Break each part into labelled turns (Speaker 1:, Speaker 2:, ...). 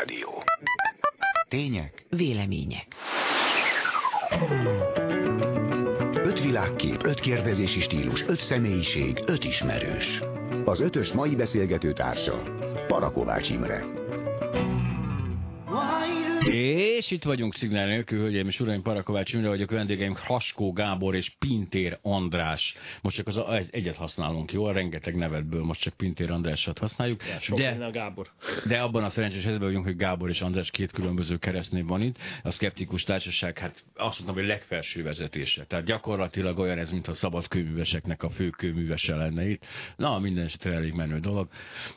Speaker 1: Rádió. Tények.
Speaker 2: Vélemények.
Speaker 1: 5 világkép, 5 kérdezési stílus, 5 személyiség, 5 ismerős. Az ötös mai beszélgető társa Parakovács Imre.
Speaker 3: És itt vagyunk szignál nélkül, hölgyeim és uraim, Parakovács Imre vagyok, vendégeim Haskó Gábor és Pintér András. Most csak az egyet használunk, jó? A rengeteg nevetből most csak Pintér Andrásat használjuk.
Speaker 4: Ja, Gábor.
Speaker 3: De abban a szerencsés helyzetben vagyunk, hogy Gábor és András két különböző keresztnév van itt. A Szkeptikus Társaság, hát azt mondtam, hogy legfelső vezetése. Tehát gyakorlatilag olyan ez, mintha szabad kőműveseknek a fő kőművese lenne itt. Na, minden esetre elég menő dolog.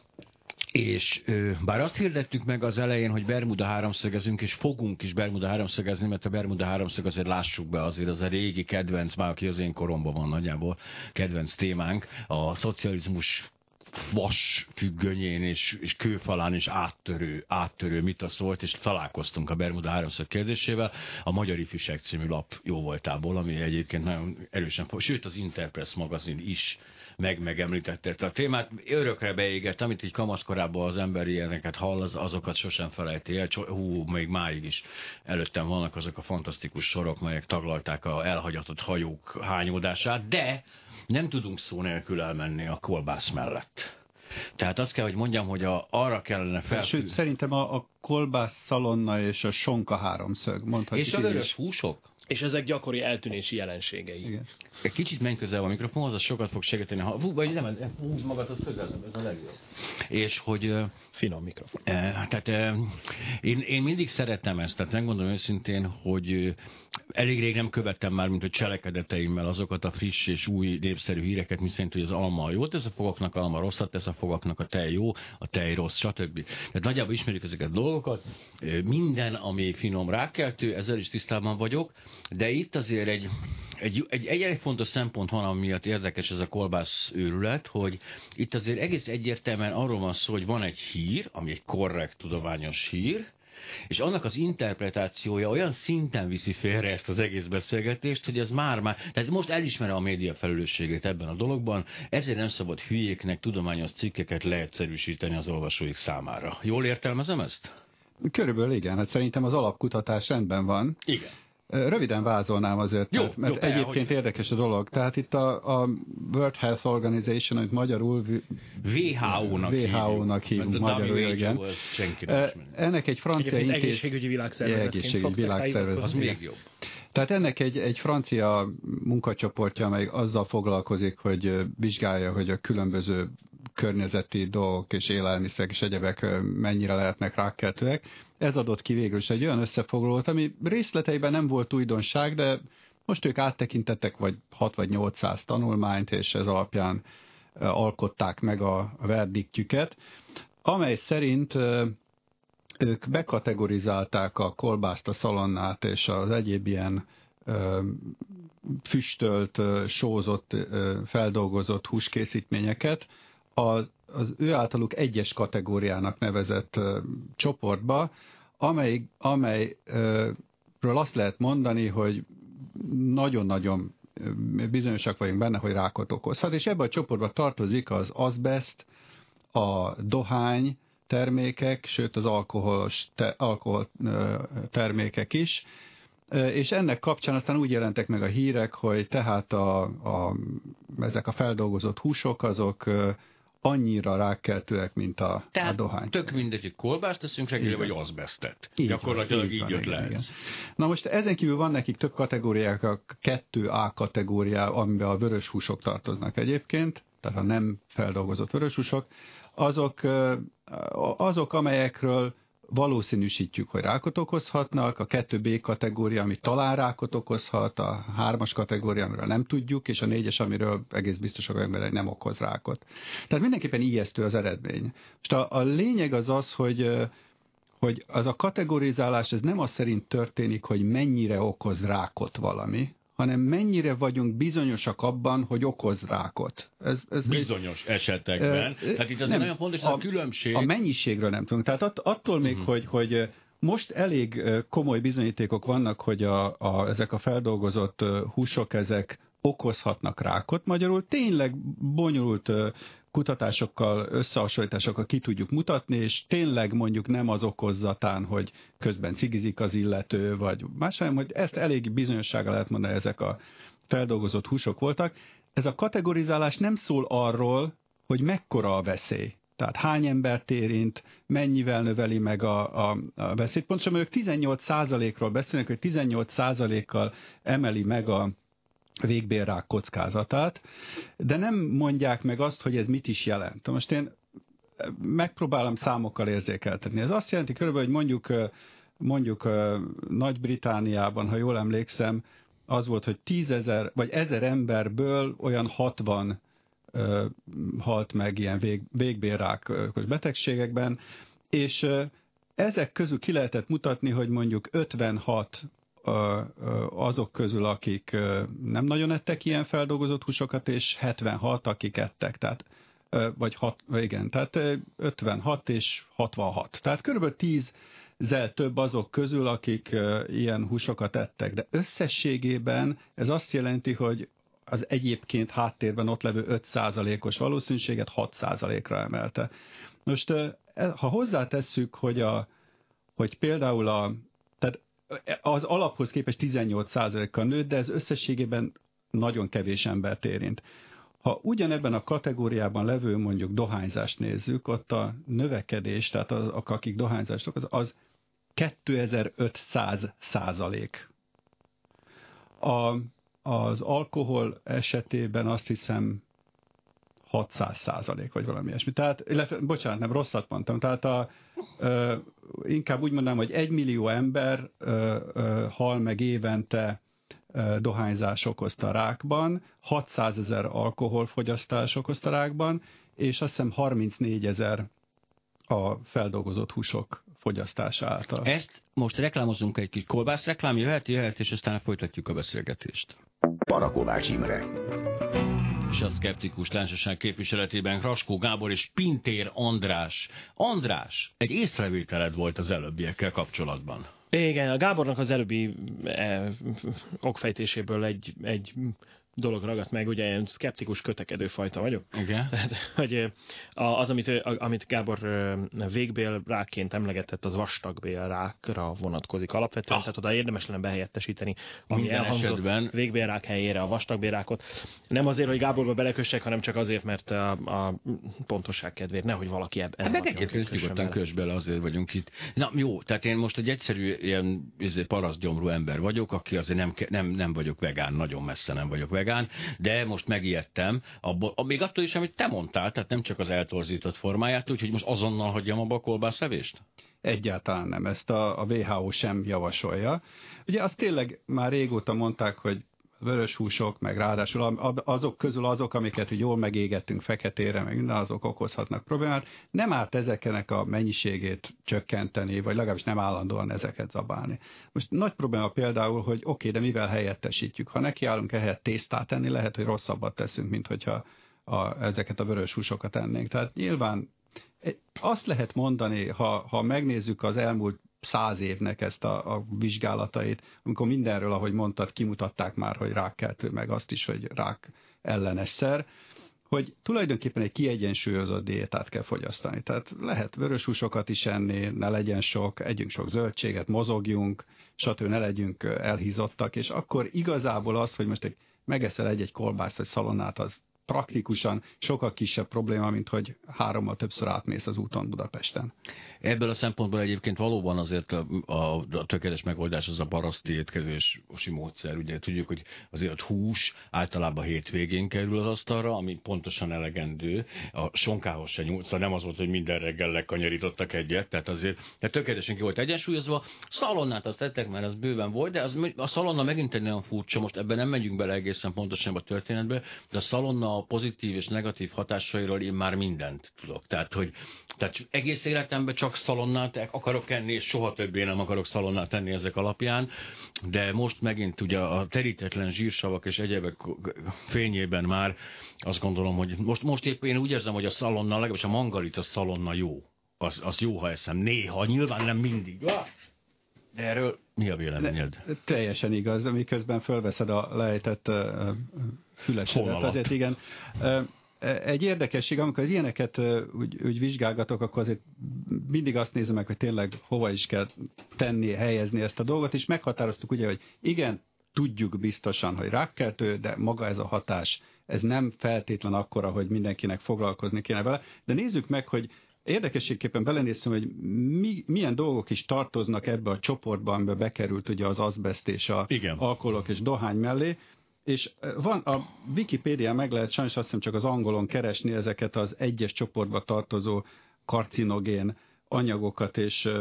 Speaker 3: És bár azt hirdettük meg az elején, hogy Bermuda háromszögezünk, és fogunk is Bermuda háromszögezni, mert a Bermuda háromszög azért lássuk be, azért az a régi kedvenc, már aki az én koromban van nagyjából, kedvenc témánk, a szocializmus vas függönyén és kőfalán is áttörő mitosz volt, és találkoztunk a Bermuda háromszög kérdésével a Magyar Ifjúság című lap jó voltából, ami egyébként nagyon erősen, sőt az Interpress magazin is megemlítette a témát, örökre beégett, amit így kamaszkorában az ember ilyeneket hall, azokat sosem felejti el, még máig is előttem vannak azok a fantasztikus sorok, melyek taglalták a elhagyatott hajók hányódását, de nem tudunk szó nélkül elmenni a kolbász mellett. Tehát azt kell, hogy mondjam, hogy arra kellene felfűzni.
Speaker 5: Sőt, szerintem a kolbász szalonna és a sonka háromszög, mondhatjuk.
Speaker 3: És a vörös húsok?
Speaker 4: És ezek gyakori eltűnési jelenségei.
Speaker 5: Igen.
Speaker 3: Egy kicsit menj közel a mikrofonhoz, az sokat fog segíteni. Vagy nem, húzd magad, az közelebb, ez a legjobb. És hogy...
Speaker 4: Finom mikrofon.
Speaker 3: Tehát én mindig szeretem ezt, tehát megmondom őszintén, hogy elég rég nem követtem már, mint a cselekedeteimmel azokat a friss és új népszerű híreket, miszerint, hogy az alma jót tesz a fogaknak, alma rosszat tesz a fogaknak, a tej jó, a tej rossz, stb. Tehát nagyjából ismerjük ezeket a dolgokat. Minden, ami finom rákkeltő, ezzel is tisztában vagyok, de itt azért egy fontos szempont van, ami miatt érdekes ez a kolbász őrület, hogy itt azért egész egyértelműen arról van szó, hogy van egy hír, ami egy korrekt tudományos hír, és annak az interpretációja olyan szinten viszi félre ezt az egész beszélgetést, hogy ez már... Tehát most elismerem a média felelősségét ebben a dologban, ezért nem szabad hülyéknek tudományos cikkeket leegyszerűsíteni az olvasóik számára. Jól értelmezem ezt?
Speaker 5: Körülbelül igen, hát szerintem az alapkutatás rendben van.
Speaker 3: Igen.
Speaker 5: Röviden vázolnám azért, mert egyébként érdekes a dolog. Tehát itt a World Health Organization, amit magyarul WHO-nak hívunk magyarul, igen. Ennek egy francia
Speaker 4: egészségügyi világszervezet.
Speaker 3: Az még jobb.
Speaker 5: Tehát ennek egy francia munkacsoportja, amely azzal foglalkozik, hogy vizsgálja, hogy a különböző környezeti dolgok és élelmiszerek és egyebek mennyire lehetnek rákkeltőek. Ez adott ki végül is egy olyan összefoglalót, ami részleteiben nem volt újdonság, de most ők áttekintettek vagy 6 vagy 800 tanulmányt, és ez alapján alkották meg a verdiktjüket, amely szerint ők bekategorizálták a kolbászt, a szalonnát és az egyéb ilyen füstölt, sózott, feldolgozott húskészítményeket az ő általuk egyes kategóriának nevezett csoportba, amelyről azt lehet mondani, hogy nagyon-nagyon bizonyosak vagyunk benne, hogy rákot okozhat, és ebbe a csoportba tartozik az azbest, a dohány termékek, sőt az alkohol termékek is, és ennek kapcsán aztán úgy jelentek meg a hírek, hogy tehát ezek a feldolgozott húsok, azok annyira rákkeltőek, mint a dohány.
Speaker 3: Tök mindegy, hogy kolbászt teszünk reggel, vagy azbestet. Gyakorlatilag így jött le ez.
Speaker 5: Na most ezen kívül van nekik több kategóriák, a 2A kategóriá, amiben a vörös húsok tartoznak egyébként, tehát a nem feldolgozott vörös húsok, azok, amelyekről valószínűsítjük, hogy rákot okozhatnak, a 2B kategória, ami talán rákot okozhat, a 3-as kategória, amiről nem tudjuk, és a 4-es, amiről egész biztosak vagyunk benne, hogy nem okoz rákot. Tehát mindenképpen ijesztő az eredmény. Most a lényeg az, hogy az a kategorizálás, ez nem az szerint történik, hogy mennyire okoz rákot valami, hanem mennyire vagyunk bizonyosak abban, hogy okoz rákot. Ez
Speaker 3: bizonyos esetekben. Tehát itt azért nagyon fontos a különbség.
Speaker 5: A mennyiségről nem tudunk. Tehát attól még, hogy most elég komoly bizonyítékok vannak, hogy ezek a feldolgozott húsok, ezek okozhatnak rákot. Magyarul tényleg bonyolult kutatásokkal, összehasonlításokkal ki tudjuk mutatni, és tényleg mondjuk nem az okozatán, hogy közben cigizik az illető, vagy más, hanem hogy ezt elég bizonyossággal lehet mondani, ezek a feldolgozott húsok voltak. Ez a kategorizálás nem szól arról, hogy mekkora a veszély. Tehát hány embert érint, mennyivel növeli meg a veszélyt. Pontosan ők 18%-ról beszélnek, hogy 18%-kal emeli meg a végbélrák kockázatát, de nem mondják meg azt, hogy ez mit is jelent. Most én megpróbálom számokkal érzékeltetni. Ez azt jelenti körülbelül, hogy mondjuk Nagy-Britániában, ha jól emlékszem, az volt, hogy 10.000 vagy 1000 emberből olyan 60 halt meg ilyen végbélrákos betegségekben, és ezek közül ki lehetett mutatni, hogy mondjuk 56 azok közül, akik nem nagyon ettek ilyen feldolgozott húsokat, és 76, akik ettek, tehát, vagy 6, igen, tehát 56 és 66. Tehát körülbelül 10-zel több azok közül, akik ilyen húsokat ettek. De összességében ez azt jelenti, hogy az egyébként háttérben ott levő 5%-os valószínűséget 6%-ra emelte. Most, ha hozzátesszük, hogy például tehát az alaphoz képest 18%-kal nőtt, de ez összességében nagyon kevés embert érint. Ha ugyanebben a kategóriában levő mondjuk dohányzást nézzük, ott a növekedés, tehát akik dohányzást okoz, az 2500%. Az alkohol esetében azt hiszem 600%, vagy valami ilyesmi. Tehát, bocsánat, nem rosszat mondtam. Tehát inkább úgy mondanám, hogy 1 millió ember hal meg évente dohányzás okozta rákban, 600 000 alkoholfogyasztás okozta rákban, és azt hiszem 34 000 a feldolgozott húsok fogyasztása által.
Speaker 3: Ezt most reklámozunk egy kis kolbászreklám, jöhet, és aztán folytatjuk a beszélgetést.
Speaker 1: Parakovács Imre.
Speaker 3: És a Szkeptikus Társaság képviseletében Raskó Gábor és Pintér András. András, egy észrevételed volt az előbbiekkel kapcsolatban.
Speaker 4: Igen, a Gábornak az előbbi okfejtéséből egy dolog ragadt meg, ugye én szkeptikus kötekedő fajta vagyok.
Speaker 3: Igen.
Speaker 4: Tehát, hogy az, amit Gábor végbélrákként emlegetett, az vastagbélrákra vonatkozik alapvetően, tehát oda érdemes lenne behelyettesíteni, ami
Speaker 3: minden
Speaker 4: elhangzott
Speaker 3: esetben
Speaker 4: végbélrák helyére a vastagbélrákot. Nem azért, hogy Gáborba belekössek, hanem csak azért, mert a pontosság kedvéért, nehogy valaki ebben.
Speaker 3: Hát egyébként nyugodtan köss bele, azért vagyunk itt. Na jó, tehát én most egy egyszerű ilyen parasztgyomrú ember vagyok, aki azért nem vagyok vegán, nagyon messze nem vagyok vegán, de most megijedtem, még attól is, amit te mondtál, tehát nem csak az eltorzított formáját, úgyhogy most azonnal hagyjam abba a kolbászevést?
Speaker 5: Egyáltalán nem, ezt a WHO sem javasolja. Ugye azt tényleg már régóta mondták, hogy vörös húsok, meg ráadásul azok közül azok, amiket jól megégettünk feketére, meg minden, azok okozhatnak problémát. Nem árt ezeknek a mennyiségét csökkenteni, vagy legalábbis nem állandóan ezeket zabálni. Most nagy probléma például, hogy oké, de mivel helyettesítjük? Ha nekiállunk ehhez tésztát enni, lehet, hogy rosszabbat teszünk, mint hogyha ezeket a vörös húsokat ennénk. Tehát nyilván azt lehet mondani, ha megnézzük az elmúlt 100 évnek ezt a vizsgálatait, amikor mindenről, ahogy mondtad, kimutatták már, hogy rákkeltő, meg azt is, hogy rák ellenes szer, hogy tulajdonképpen egy kiegyensúlyozott diétát kell fogyasztani. Tehát lehet vörös húsokat is enni, ne legyen sok, együnk sok zöldséget, mozogjunk, stb. Ne legyünk elhízottak, és akkor igazából az, hogy most megeszel egy kolbászt vagy szalonnát, az praktikusan sokkal kisebb probléma, mint hogy 3-mal többször átmész az úton Budapesten.
Speaker 3: Ebből a szempontból egyébként valóban azért a tökéletes megoldás az a paraszti étkezési módszer. Ugye tudjuk, hogy azért a hús általában hétvégén kerül az asztalra, ami pontosan elegendő. A sonkához se nyúlt, szóval nem az volt, hogy minden reggel lekanyarítottak egyet, tehát azért tökéletesen ki volt egyensúlyozva. Szalonnát azt tettek, mert az bőven volt, de a szalonna megint egy nagyon furcsa, most ebben nem megyünk bele egészen pontosan a történetbe, de a szalonna a pozitív és negatív hatásairól én már mindent tudok. Tehát egész életemben csak szalonnát akarok enni, és soha többé nem akarok szalonnát enni ezek alapján, de most megint ugye a terítetlen zsírsavak és egyebek fényében már azt gondolom, hogy most épp én úgy érzem, hogy a szalonna, legalábbis a mangalica szalonna jó. Az jó, ha eszem. Néha, nyilván nem mindig. De erről mi a véleményed?
Speaker 5: Teljesen igaz, miközben fölveszed a lejtett fülesedet. Azért igen. Egy érdekesség, amikor az ilyeneket úgy vizsgálgatok, akkor azért mindig azt nézem meg, hogy tényleg hova is kell tenni, helyezni ezt a dolgot, és meghatároztuk ugye, hogy igen, tudjuk biztosan, hogy rákkeltő, de maga ez a hatás, ez nem feltétlen akkora, hogy mindenkinek foglalkozni kéne vele, de nézzük meg, hogy érdekességképpen belenéztem, hogy milyen dolgok is tartoznak ebbe a csoportba, amiben bekerült ugye az azbest és a alkoholok és dohány mellé, és van a Wikipédián meg lehet sajnos azt hiszem csak az angolon keresni ezeket az egyes csoportba tartozó karcinogén anyagokat és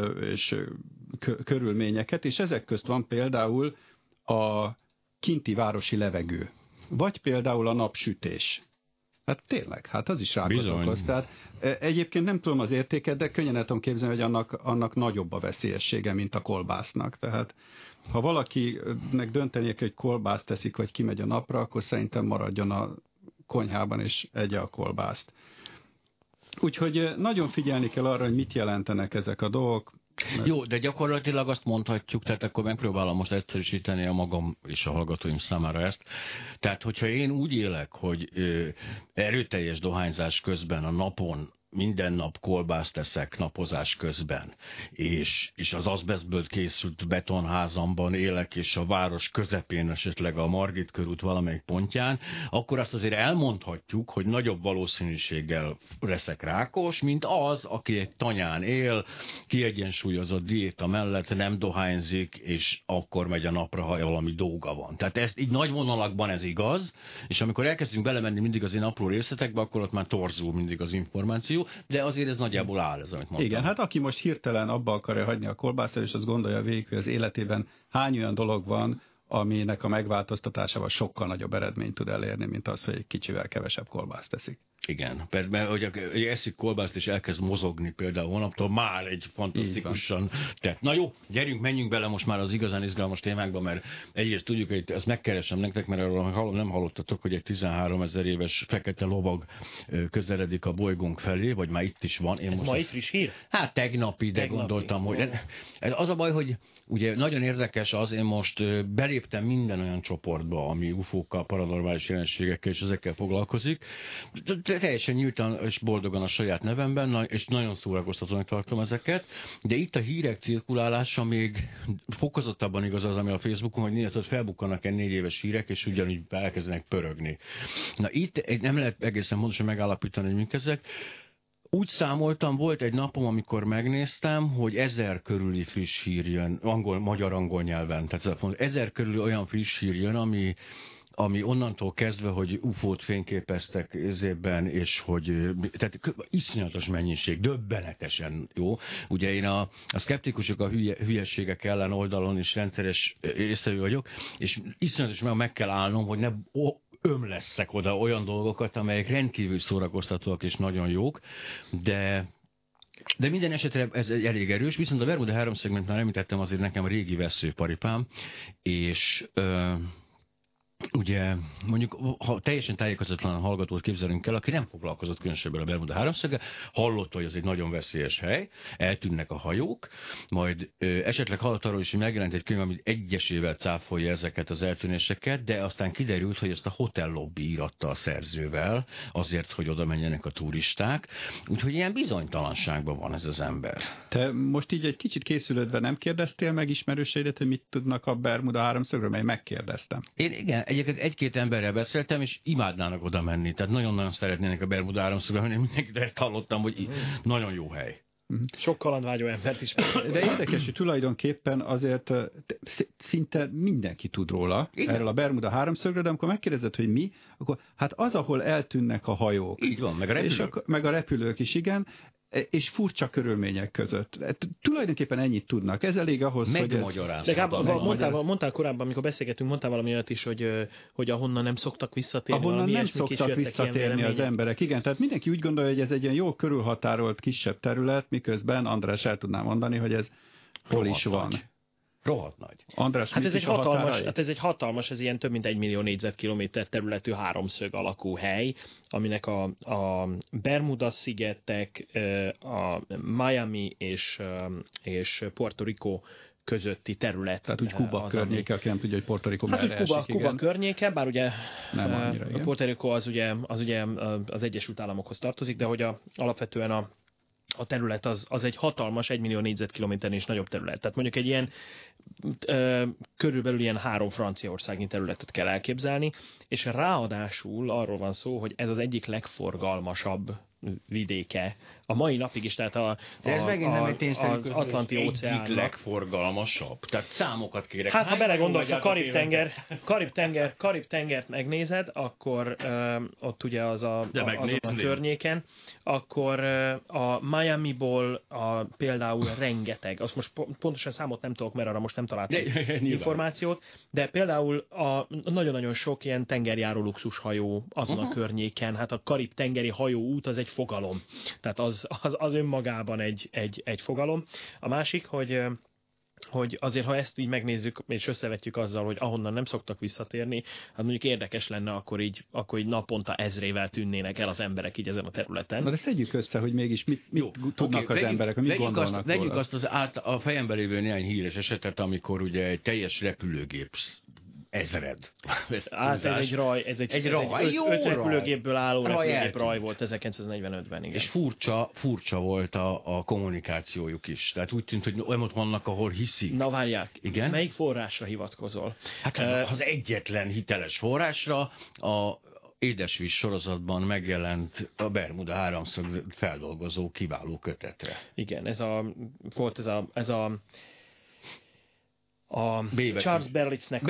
Speaker 5: körülményeket, és ezek közt van például a kinti városi levegő, vagy például a napsütés. Hát tényleg, hát az is rákot okoz. Tehát egyébként nem tudom az értéket, de könnyen el tudom képzelni, hogy annak nagyobb a veszélyessége, mint a kolbásznak. Tehát ha valakinek döntenie kell, hogy kolbászt teszik, vagy kimegy a napra, akkor szerintem maradjon a konyhában és egye a kolbászt. Úgyhogy nagyon figyelni kell arra, hogy mit jelentenek ezek a dolgok.
Speaker 3: Jó, de gyakorlatilag azt mondhatjuk, tehát akkor megpróbálom most egyszerűsíteni a magam és a hallgatóim számára ezt. Tehát, hogyha én úgy élek, hogy erőteljes dohányzás közben a napon minden nap kolbászt teszek napozás közben, és az azbestből készült betonházamban élek, és a város közepén, esetleg a Margit körút valamelyik pontján, akkor azt azért elmondhatjuk, hogy nagyobb valószínűséggel leszek rákos, mint az, aki egy tanyán él, kiegyensúlyozott diéta mellett nem dohányzik, és akkor megy a napra, ha valami dolga van. Tehát ezt így nagy vonalakban ez igaz, és amikor elkezdünk belemenni mindig az én apró részletekbe, akkor ott már torzul mindig az információ, de azért ez nagyjából áll, ez, amit mondtam.
Speaker 5: Igen, hát aki most hirtelen abba akarja hagyni a kolbászt, és azt gondolja végig, hogy az életében hány olyan dolog van, aminek a megváltoztatásával sokkal nagyobb eredményt tud elérni, mint az, hogy egy kicsivel kevesebb kolbászt teszik.
Speaker 3: Igen, mert hogy eszik kolbászt és elkezd mozogni például holnaptól, már egy fantasztikusan tett. Na jó, gyerünk, menjünk bele most már az igazán izgalmas témákba, mert egyrészt tudjuk, hogy ezt megkeresem nektek, mert arról nem hallottatok, hogy egy 13 000 éves fekete lovag közeledik a bolygónk felé, vagy már itt is van.
Speaker 4: Ez mai friss hír?
Speaker 3: Hát tegnapi, de gondoltam, hogy... Az a baj, hogy ugye nagyon érdekes az, én most beléptem minden olyan csoportba, ami UFO-kkal, paranormális jelenségekkel és ezekkel foglalkozik. Teljesen nyíltan és boldogan a saját nevemben, és nagyon szórakoztatónak tartom ezeket, de itt a hírek cirkulálása még fokozottabban igaz az, ami a Facebookon, hogy néha felbukkannak 4 éves hírek, és ugyanúgy elkezdenek pörögni. Na itt nem lehet egészen pontosan megállapítani, hogy mik ezek. Úgy számoltam, volt egy napom, amikor megnéztem, hogy 1000 körüli friss hír jön, magyar-angol nyelven, tehát 1000 körüli olyan friss hír jön, ami onnantól kezdve, hogy UFO-t fényképeztek ezében, és hogy tehát iszonyatos mennyiség, döbbenetesen jó. Ugye én a szkeptikusok a hülyeségek ellen oldalon is rendszeres észrevő vagyok, és iszonyatosan meg kell állnom, hogy ne ömlesszek oda olyan dolgokat, amelyek rendkívül szórakoztatóak és nagyon jók, de minden esetre ez elég erős, viszont a Bermuda háromszög, már említettem, azért nekem a régi veszőparipám, és ugye mondjuk, ha teljesen tájékozatlan hallgatót képzelünk el, aki nem foglalkozott különösebben a Bermuda háromszöggel, hallotta, hogy ez egy nagyon veszélyes hely, eltűnnek a hajók, majd esetleg hallott arról is, hogy megjelent egy könyv, amit egyesével cáfolja ezeket az eltűnéseket, de aztán kiderült, hogy ezt a hotel lobby íratta a szerzővel, azért, hogy oda menjenek a turisták, úgyhogy ilyen bizonytalanságban van ez az ember.
Speaker 5: Te most így egy kicsit készülődve nem kérdeztél meg ismerőseidet, hogy mit tudnak a Bermuda háromszögről, mert megkérdeztem.
Speaker 3: Én igen, egyébként 1-2 emberrel beszéltem, és imádnának oda menni. Tehát nagyon-nagyon szeretnének a Bermuda háromszögre menni. Mindenkit ezt hallottam, hogy nagyon jó hely.
Speaker 4: Sok kalandvágyó embert is.
Speaker 5: De érdekes, hogy tulajdonképpen azért szinte mindenki tud róla, igen, erről a Bermuda háromszögről, de amikor megkérdezed, hogy mi, akkor hát az, ahol eltűnnek a hajók.
Speaker 3: Így van, meg a repülők.
Speaker 5: Meg a repülők is, igen. És furcsa körülmények között. Tulajdonképpen ennyit tudnak. Ez elég ahhoz, hogy ez...
Speaker 4: De Gábor, mondtál korábban, amikor beszélgetünk, mondtál valami olyat is, hogy ahonnan nem szoktak visszatérni.
Speaker 5: Ahonnan nem szoktak visszatérni az emberek. Igen, tehát mindenki úgy gondolja, hogy ez egy olyan jó körülhatárolt kisebb terület, miközben András el tudná mondani, hogy ez hol is van.
Speaker 3: Rohadt nagy.
Speaker 5: András,
Speaker 4: Hát ez egy hatalmas, ez ilyen több mint 1 millió négyzetkilométer területű háromszög alakú hely, aminek a Bermuda-szigetek, a Miami és Puerto Rico közötti terület.
Speaker 5: Tehát úgy Kuba környéke, aki nem tudja, hogy Puerto Rico
Speaker 4: merre
Speaker 5: esik,
Speaker 4: Kuba környéke, bár ugye
Speaker 5: nem annyira,
Speaker 4: Puerto Rico az ugye az Egyesült Államokhoz tartozik, de hogy alapvetően a terület az egy hatalmas, 1 millió négyzetkilométernél is nagyobb terület. Tehát mondjuk egy ilyen körülbelül ilyen 3 franciaországnyi területet kell elképzelni, és ráadásul arról van szó, hogy ez az egyik legforgalmasabb vidéke. A mai napig is, tehát az Atlanti óceán
Speaker 3: egyik legforgalmasabb. Tehát számokat kérek.
Speaker 4: Hát ha belegondolsz, a Karib-tengert megnézed, akkor ott ugye azon a környéken, akkor a Miamiból például rengeteg, azt most pontosan számot nem tudok, mert arra most nem találtam információt, de például nagyon-nagyon sok ilyen tengerjáró luxushajó azon a környéken, hát a Karib-tengeri hajóút az egy fogalom. Tehát az önmagában egy fogalom. A másik, hogy azért, ha ezt így megnézzük, és összevetjük azzal, hogy ahonnan nem szoktak visszatérni, hát mondjuk érdekes lenne, akkor így naponta ezrével tűnnének el az emberek így ezen a területen.
Speaker 5: Na de szedjük össze, hogy mégis mit tudnak az emberek, mit gondolnak róla.
Speaker 3: Vegyük azt a fejemben lévő néhány híres esetet, amikor ugye egy teljes repülőgép ezred.
Speaker 4: Ez egy raj, ez egy 5 repülőgépből álló repülőgép raj volt 1945-ben, igen.
Speaker 3: És furcsa volt a kommunikációjuk is. Tehát úgy tűnt, hogy olyanok vannak, ahol hiszik.
Speaker 4: Na várják,
Speaker 3: igen?
Speaker 4: Melyik forrásra hivatkozol?
Speaker 3: Hát az egyetlen hiteles forrásra a Édesvíz sorozatban megjelent a Bermuda háromszög feldolgozó kiváló kötetre.
Speaker 4: Igen, volt ez a Charles Berlitznek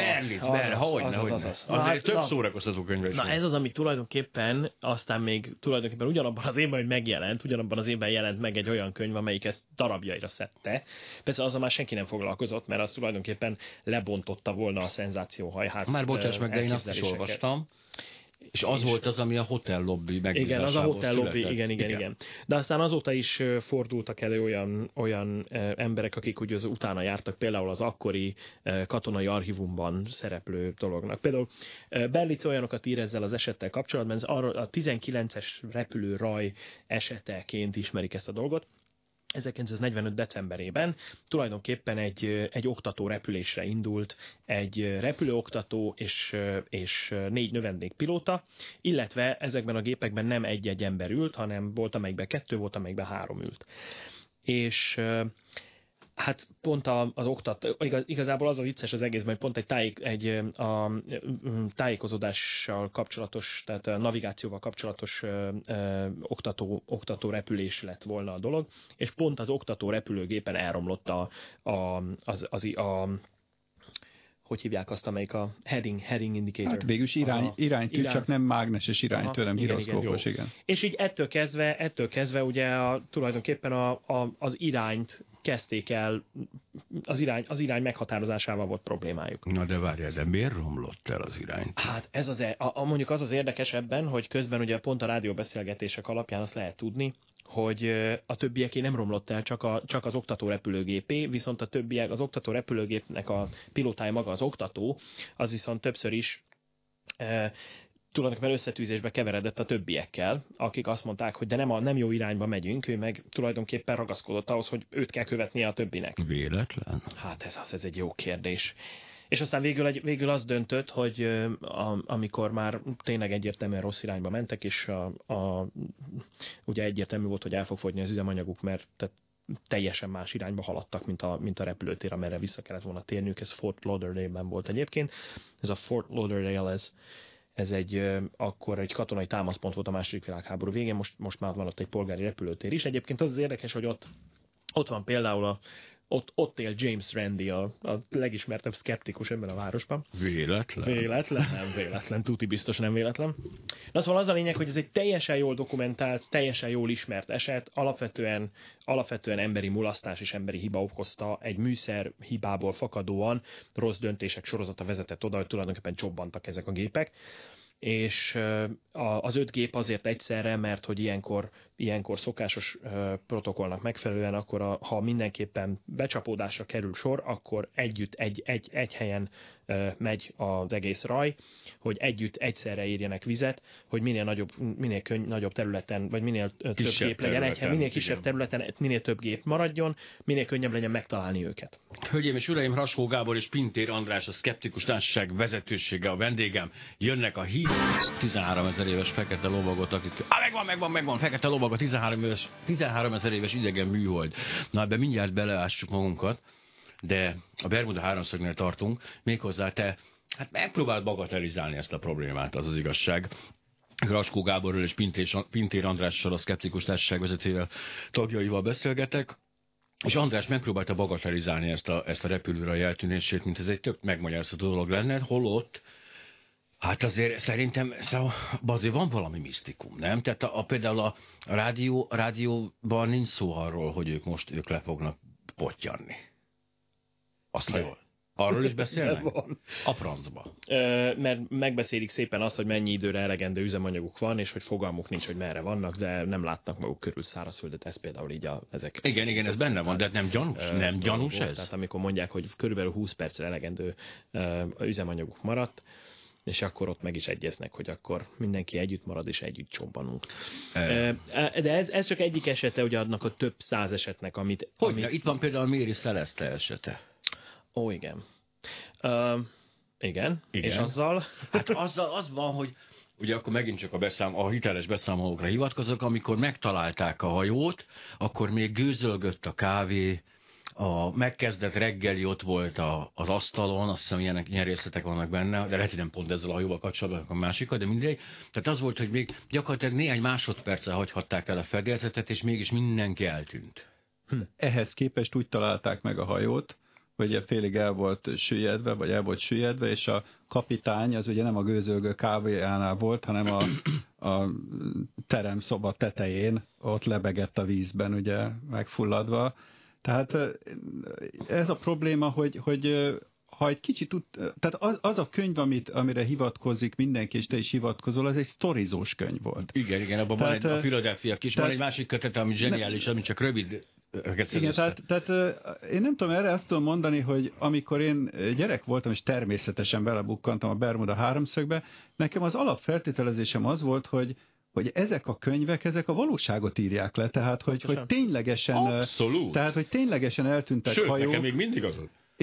Speaker 3: több szórakoztató könyve is.
Speaker 4: Na ez az, ami tulajdonképpen aztán még ugyanabban az évben, hogy megjelent, ugyanabban az évben jelent meg egy olyan könyv, amelyik ezt darabjaira szedte. Persze azzal már senki nem foglalkozott, mert az tulajdonképpen lebontotta volna a szenzációhajház.
Speaker 3: Már bocsáss meg, de én azt is olvastam. És az volt az, ami a Hotel Lobby megbízásából.
Speaker 4: Igen, az a Hotel Lobby, igen. De aztán azóta is fordultak elő olyan emberek, akik ugye utána jártak például az akkori katonai archívumban szereplő dolognak. Például Berlitz olyanokat ír ezzel az esettel kapcsolatban, ez a 19-es repülő raj eseteként ismerik ezt a dolgot. 1945. decemberében tulajdonképpen egy oktató repülésre indult, egy repülőoktató és 4 növendékpilóta, illetve ezekben a gépekben nem egy ember ült, hanem volt, amelyikben 2, volt, amelyikben 3 ült. És hát pont az oktató, igazából az a vicces az egészben, hogy pont egy tájékozódással kapcsolatos, tehát a navigációval kapcsolatos oktató repülés lett volna a dolog, és pont az oktató repülőgépen elromlott hogy hívják azt, amelyik a heading indicator.
Speaker 5: Hát végülis iránytű, csak nem mágneses iránytű, nem gyroszkópos, igen.
Speaker 4: És így ettől kezdve ugye tulajdonképpen az irányt kezdték el, az irány meghatározásával volt problémájuk.
Speaker 3: Na de várjál, de miért romlott el az irány?
Speaker 4: Hát ez mondjuk az érdekes ebben, hogy közben ugye pont a rádióbeszélgetések alapján azt lehet tudni, hogy a többieké nem romlott el, csak az oktató repülőgépé, viszont az oktató repülőgépnek a pilótája maga az oktató, az viszont többször is tulajdonképpen összetűzésbe keveredett a többiekkel, akik azt mondták, hogy de nem jó irányba megyünk, ő meg tulajdonképpen ragaszkodott ahhoz, hogy őt kell követnie a többinek.
Speaker 3: Véletlen? Hát
Speaker 4: ez egy jó kérdés. És aztán végül az döntött, hogy amikor már tényleg egyértelműen rossz irányba mentek, és ugye egyértelmű volt, hogy el fog fogyni az üzemanyaguk, mert teljesen más irányba haladtak, mint a repülőtér, amerre vissza kellett volna térniük. Ez Fort Lauderdale-ben volt egyébként. Ez a Fort Lauderdale, ez akkor egy katonai támaszpont volt a II. Világháború végén, most már van ott egy polgári repülőtér is. Egyébként az érdekes, hogy ott van például ott él James Randi, a legismertebb szkeptikus ebben a városban.
Speaker 3: Véletlen?
Speaker 4: Nem véletlen, tuti biztos nem véletlen. Na szóval az a lényeg, hogy ez egy teljesen jól dokumentált, teljesen jól ismert eset, alapvetően emberi mulasztás és emberi hiba okozta, egy műszer hibából fakadóan rossz döntések sorozata vezetett oda, hogy tulajdonképpen csobbantak ezek a gépek. és az 5 gép azért egyszerre, mert hogy ilyenkor szokásos protokollnak megfelelően, akkor ha mindenképpen becsapódásra kerül sor, akkor együtt egy helyen megy az egész raj, hogy együtt egyszerre érjenek vizet, hogy minél nagyobb területen, vagy minél több gép legyen, minél kisebb területen, minél több gép maradjon, minél könnyebb legyen megtalálni őket.
Speaker 3: Hölgyeim és uraim, Raskó Gábor és Pintér András, a Szkeptikus Társaság vezetősége a vendégem. Jönnek a hír 13 000 éves fekete lovagot, akik... megvan, fekete lovag, a 13 000 éves idegen műhold. Na, ebbe mindjárt beleássuk magunkat, de a Bermuda háromszögnél tartunk, méghozzá te megpróbáld bagatelizálni ezt a problémát, az az igazság. Raskó Gáborról és Pintér Andrással, a Szkeptikus Társaság vezetőjével, tagjaival beszélgetek, és András megpróbálta bagatelizálni ezt a repülőraj eltűnését, mint ez egy tök megmagyarázható dolog lenne, holott hát azért szerintem azért van valami misztikum, nem? Tehát például a rádióban nincs szó arról, hogy ők le fognak pottyanni. Azt jól. Arról is beszélnek? A francba.
Speaker 4: Mert megbeszélik szépen azt, hogy mennyi időre elegendő üzemanyaguk van, és hogy fogalmuk nincs, hogy merre vannak, de nem látnak maguk körül szárazföldet, ez például így ezek.
Speaker 3: Igen, ez benne van, de nem gyanús? Nem gyanús ez?
Speaker 4: Tehát amikor mondják, hogy körülbelül 20 percre elegendő üzemanyaguk maradt, és akkor ott meg is egyeznek, hogy akkor mindenki együtt marad, és együtt csobbanunk. De ez csak egyik esete, ugye annak a több száz esetnek, amit...
Speaker 3: Itt van például Mary Celeste esete.
Speaker 4: Ó, igen. Igen. És azzal?
Speaker 3: Hát azzal az van, hogy ugye akkor megint csak a hiteles beszámolókra hivatkozok, amikor megtalálták a hajót, akkor még gőzölgött a kávé, a megkezdett reggeli ott volt az asztalon, azt hiszem ilyen részletek vannak benne, de lehet, hogy nem pont ezzel a hajóval kapcsolatban, a másikat, de mindegy. Tehát az volt, hogy még gyakorlatilag néhány másodperccel hagyhatták el a fedélzetet, és mégis mindenki eltűnt.
Speaker 5: Ehhez képest úgy találták meg a hajót, hogy félig el volt süllyedve, és a kapitány az ugye nem a gőzölgő kávéjánál volt, hanem a teremszoba tetején ott lebegett a vízben, ugye megfulladva. Tehát ez a probléma, hogy ha egy kicsit tehát az a könyv, amire hivatkozik mindenki, és te is hivatkozol, az egy sztorizós könyv volt.
Speaker 3: Igen, abban van a Philadelphia kis, van egy másik kötete, ami zseniális, ami csak rövid.
Speaker 5: Igen, tehát én nem tudom, erre azt tudom mondani, hogy amikor én gyerek voltam, és természetesen belebukkantam a Bermuda háromszögbe, nekem az alapfeltételezésem az volt, hogy ezek a könyvek, ezek a valóságot írják le, tehát hogy ténylegesen eltűntek hajók. Sőt,
Speaker 3: nekem még mindig az.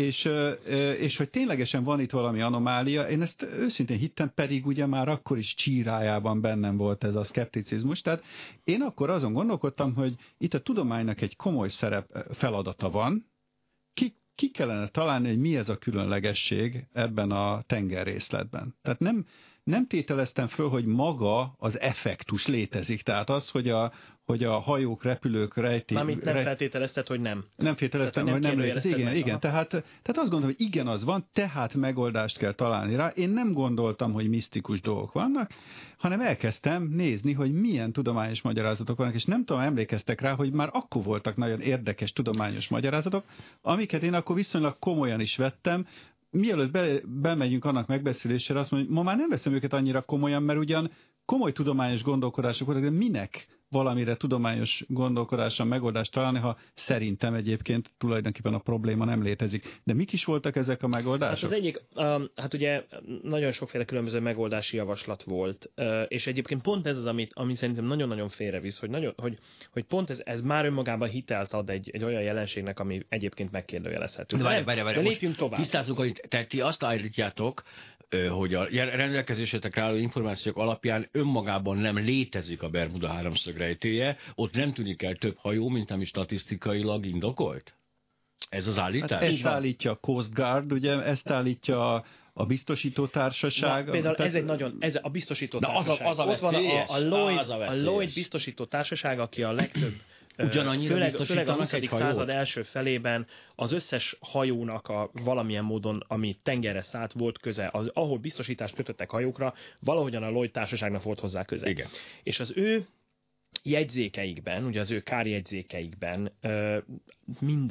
Speaker 5: És hogy ténylegesen van itt valami anomália, én ezt őszintén hittem, pedig ugye már akkor is csírájában bennem volt ez a szkepticizmus. Tehát én akkor azon gondolkodtam, hogy itt a tudománynak egy komoly feladata van, ki kellene találni, hogy mi ez a különlegesség ebben a tengerrészletben. Tehát nem tételeztem föl, hogy maga az effektus létezik. Tehát az, hogy a hajók, repülők rejtik...
Speaker 4: Mármint nem feltételezted, hogy nem.
Speaker 5: Nem fételeztem, hogy nem létezik. Igen. Tehát azt gondolom, hogy igen, az van, tehát megoldást kell találni rá. Én nem gondoltam, hogy misztikus dolgok vannak, hanem elkezdtem nézni, hogy milyen tudományos magyarázatok vannak, és nem tudom, emlékeztek rá, hogy már akkor voltak nagyon érdekes tudományos magyarázatok, amiket én akkor viszonylag komolyan is vettem. Mielőtt bemegyünk annak megbeszélésére, azt mondom, hogy ma már nem veszem őket annyira komolyan, mert ugyan komoly tudományos gondolkodások voltak, de minek valamire tudományos gondolkodással megoldást találni, ha szerintem egyébként tulajdonképpen a probléma nem létezik. De mik is voltak ezek a megoldások?
Speaker 4: Hát az egyik, hát ugye nagyon sokféle különböző megoldási javaslat volt, és egyébként pont ez az, ami szerintem nagyon-nagyon félrevisz, hogy pont ez már önmagában hitelt ad egy olyan jelenségnek, ami egyébként megkérdőjelezhető.
Speaker 3: De
Speaker 4: lépjünk tovább.
Speaker 3: Tisztázzuk, hogy ti azt állítjátok, hogy a rendelkezésetekre álló információk alapján önmagában nem létezik a Bermuda háromszög rejtélye, ott nem tűnik el több hajó, mint ami statisztikailag indokolt? Ez az állítás?
Speaker 5: Hát ezt állítja a Coast Guard, ugye, ezt állítja a biztosítótársaság.
Speaker 4: Például ez a biztosítótársaság. Ott van a Lloyd biztosítótársaság, aki a legtöbb főleg a 20. század első felében az összes hajónak valamilyen módon, ami tengerre szállt, volt köze, ahol biztosítást kötöttek hajókra, valahogyan a Lloyd társaságnak volt hozzá köze.
Speaker 3: Igen.
Speaker 4: És az ő jegyzékeikben, ugye az ő kárjegyzékeikben minden